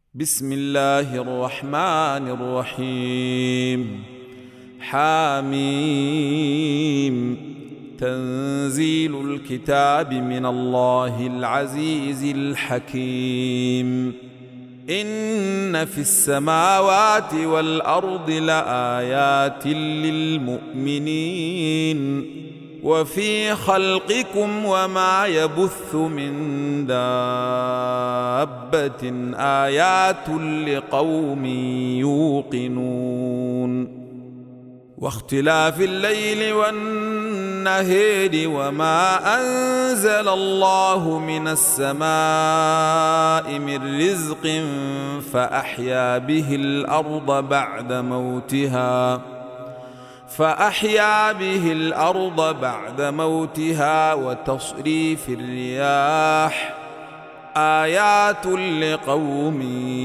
بسم الله الرحمن الرحيم. حاميم. تنزيل الكتاب من الله العزيز الحكيم. إن في السماوات والأرض لآيات للمؤمنين وفي خلقكم وما يبث من دابة آيات لقوم يوقنون. واختلاف الليل والنهار وما أنزل الله من السماء من رزق فأحيا به الأرض بعد موتها وتصريف الرياح آيات لقوم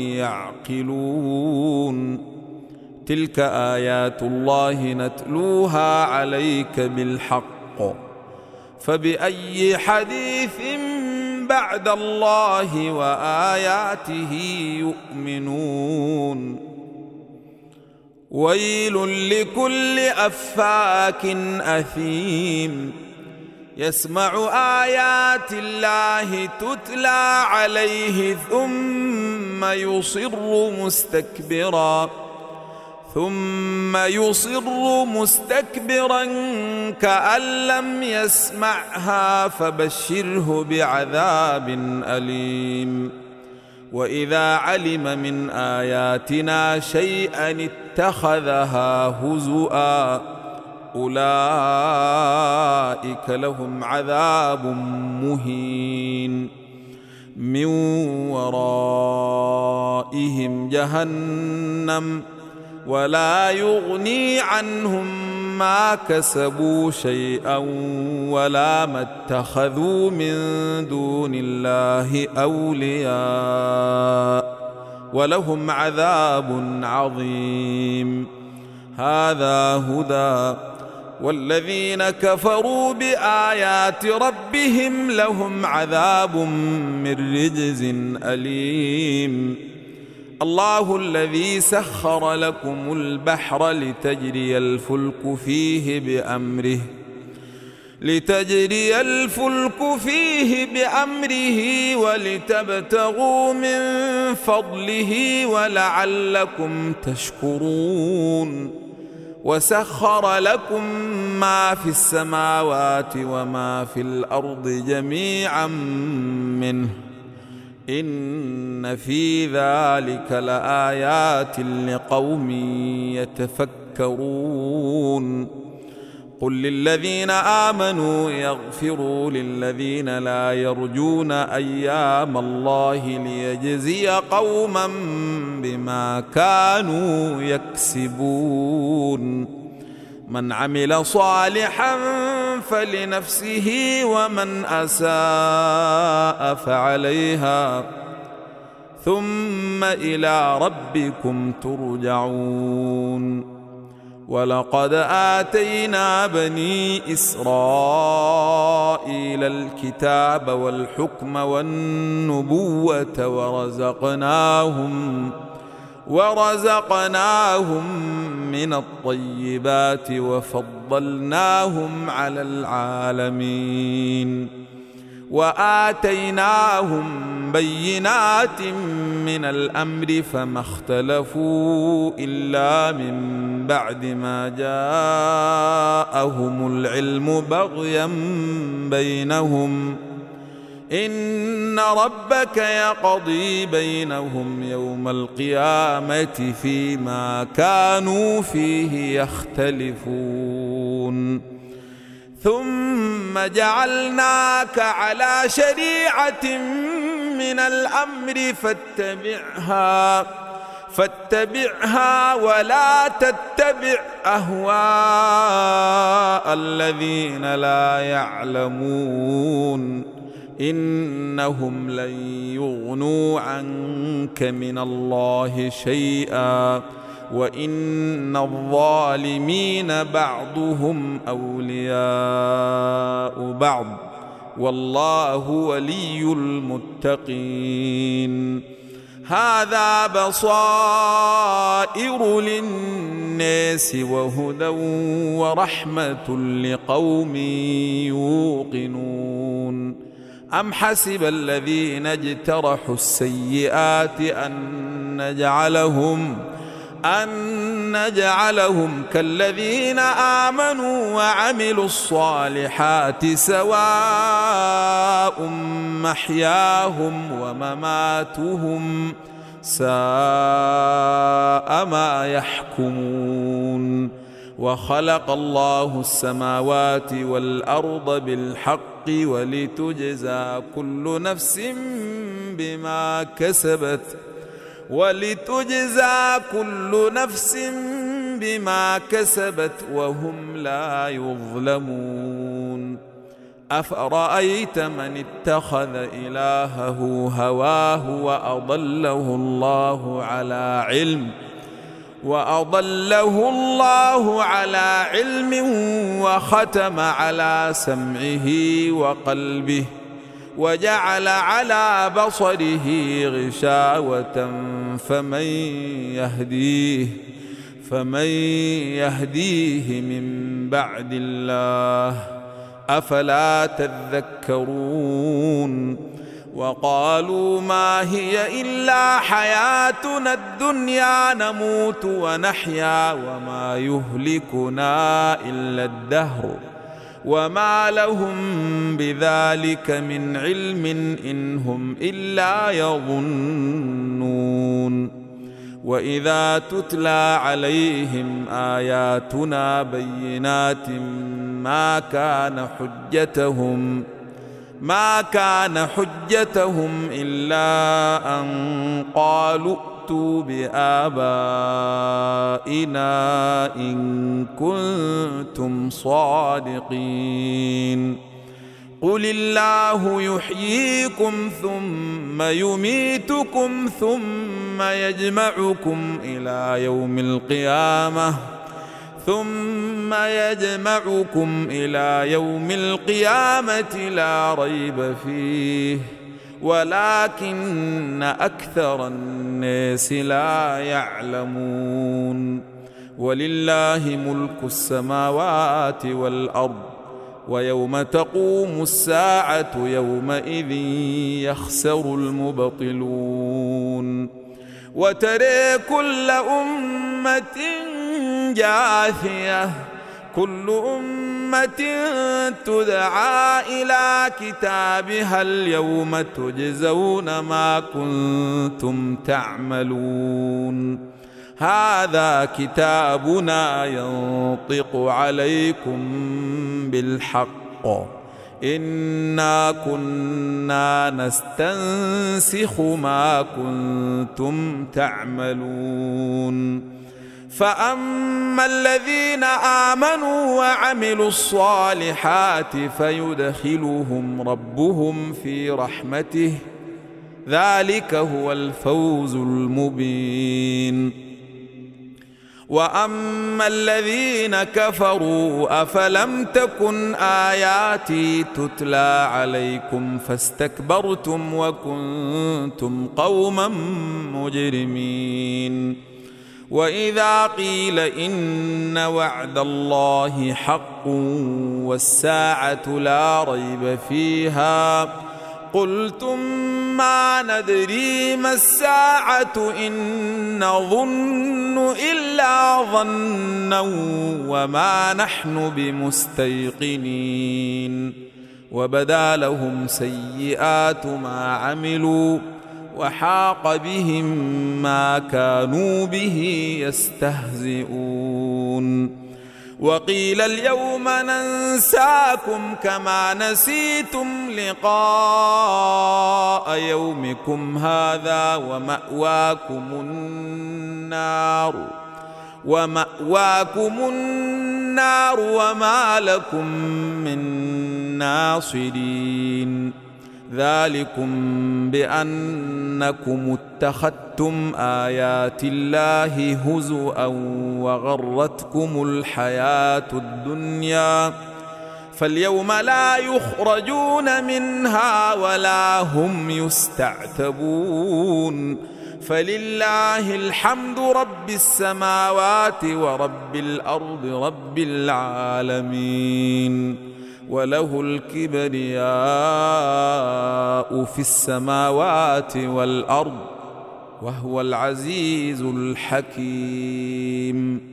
يعقلون. تلك آيات الله نتلوها عليك بالحق فبأي حديث بعد الله وآياته يؤمنون. ويل لكل أفاك أثيم يسمع آيات الله تتلى عليه ثم يصر مستكبرا كأن لم يسمعها فبشره بعذاب أليم. وإذا علم من آياتنا شيئا اتخذها هزؤا أولئك لهم عذاب مهين من ورائهم جهنم ولا يغني عنهم ما كسبوا شيئا ولا ما اتخذوا من دون الله أولياء ولهم عذاب عظيم. هذا هدى والذين كفروا بآيات ربهم لهم عذاب من رجز أليم. الله الذي سخر لكم البحر لتجري الفلك فيه بأمره ولتبتغوا من فضله ولعلكم تشكرون. وسخر لكم ما في السماوات وما في الأرض جميعا منه إن في ذلك لآيات لقوم يتفكرون. قل للذين آمنوا يغفروا للذين لا يرجون أيام الله ليجزي قوما بما كانوا يكسبون. من عمل صالحا فلنفسه ومن أساء فعليها ثم إلى ربكم ترجعون. ولقد آتينا بني إسرائيل الكتاب والحكم والنبوة ورزقناهم من الطيبات وفضلناهم على العالمين وآتيناهم بينات من الأمر فما اختلفوا إلا من بعد ما جاءهم العلم بغيا بينهم إن ربك يقضي بينهم يوم القيامة فيما كانوا فيه يختلفون. ثم جعلناك على شريعة من الأمر فاتبعها ولا تتبع أهواء الذين لا يعلمون إنهم لن يغنوا عنك من الله شيئا وإن الظالمين بعضهم أولياء بعض والله ولي المتقين. هذا بصائر للناس وهدى ورحمة لقوم يوقنون أم حسب الذين اجترحوا السيئات أن نجعلهم كالذين آمنوا وعملوا الصالحات سواء محياهم ومماتهم ساء ما يحكمون وخلق الله السماوات والأرض بالحق ولتجزى كل نفس بما كسبت وهم لا يظلمون أفرأيت من اتخذ إلهه هواه وأضله الله على علم وختم على سمعه وقلبه وجعل على بصره غشاوة فمن يهديه من بعد الله أفلا تذكرون وقالوا ما هي إلا حياتنا الدنيا نموت ونحيا وما يهلكنا إلا الدهر وما لهم بذلك من علم إن هم إلا يظنون وإذا تتلى عليهم آياتنا بينات ما كان حجتهم إلا أن قالوا ائتوا بآبائنا إن كنتم صادقين قل الله يحييكم ثم يميتكم ثم يجمعكم إلى يوم القيامة لا ريب فيه ولكن أكثر الناس لا يعلمون ولله ملك السماوات والأرض ويوم تقوم الساعة يومئذ يخسر المبطلون وترى كل أمة جاثية كل أمة تدعى إلى كتابها اليوم تجزون ما كنتم تعملون هذا كتابنا ينطق عليكم بالحق إنا كنا نستنسخ ما كنتم تعملون فأما الذين آمنوا وعملوا الصالحات فيدخلهم ربهم في رحمته ذلك هو الفوز المبين وأما الذين كفروا أفلم تكن آياتي تتلى عليكم فاستكبرتم وكنتم قوما مجرمين وإذا قيل إن وعد الله حق والساعة لا ريب فيها قلتم ما ندري ما الساعة إن نظن إلا ظنا وما نحن بمستيقنين وبدا لهم سيئات ما عملوا وحاق بهم ما كانوا به يستهزئون وقيل اليوم ننساكم كما نسيتم لقاء يومكم هذا ومأواكم النار وما لكم من ناصرين ذلكم بأنكم اتخذتم آيات الله هزؤا وغرتكم الحياة الدنيا فاليوم لا يخرجون منها ولا هم يستعتبون. فلله الحمد رب السماوات ورب الأرض رب العالمين، وله الكبرياء في السماوات والأرض وهو العزيز الحكيم.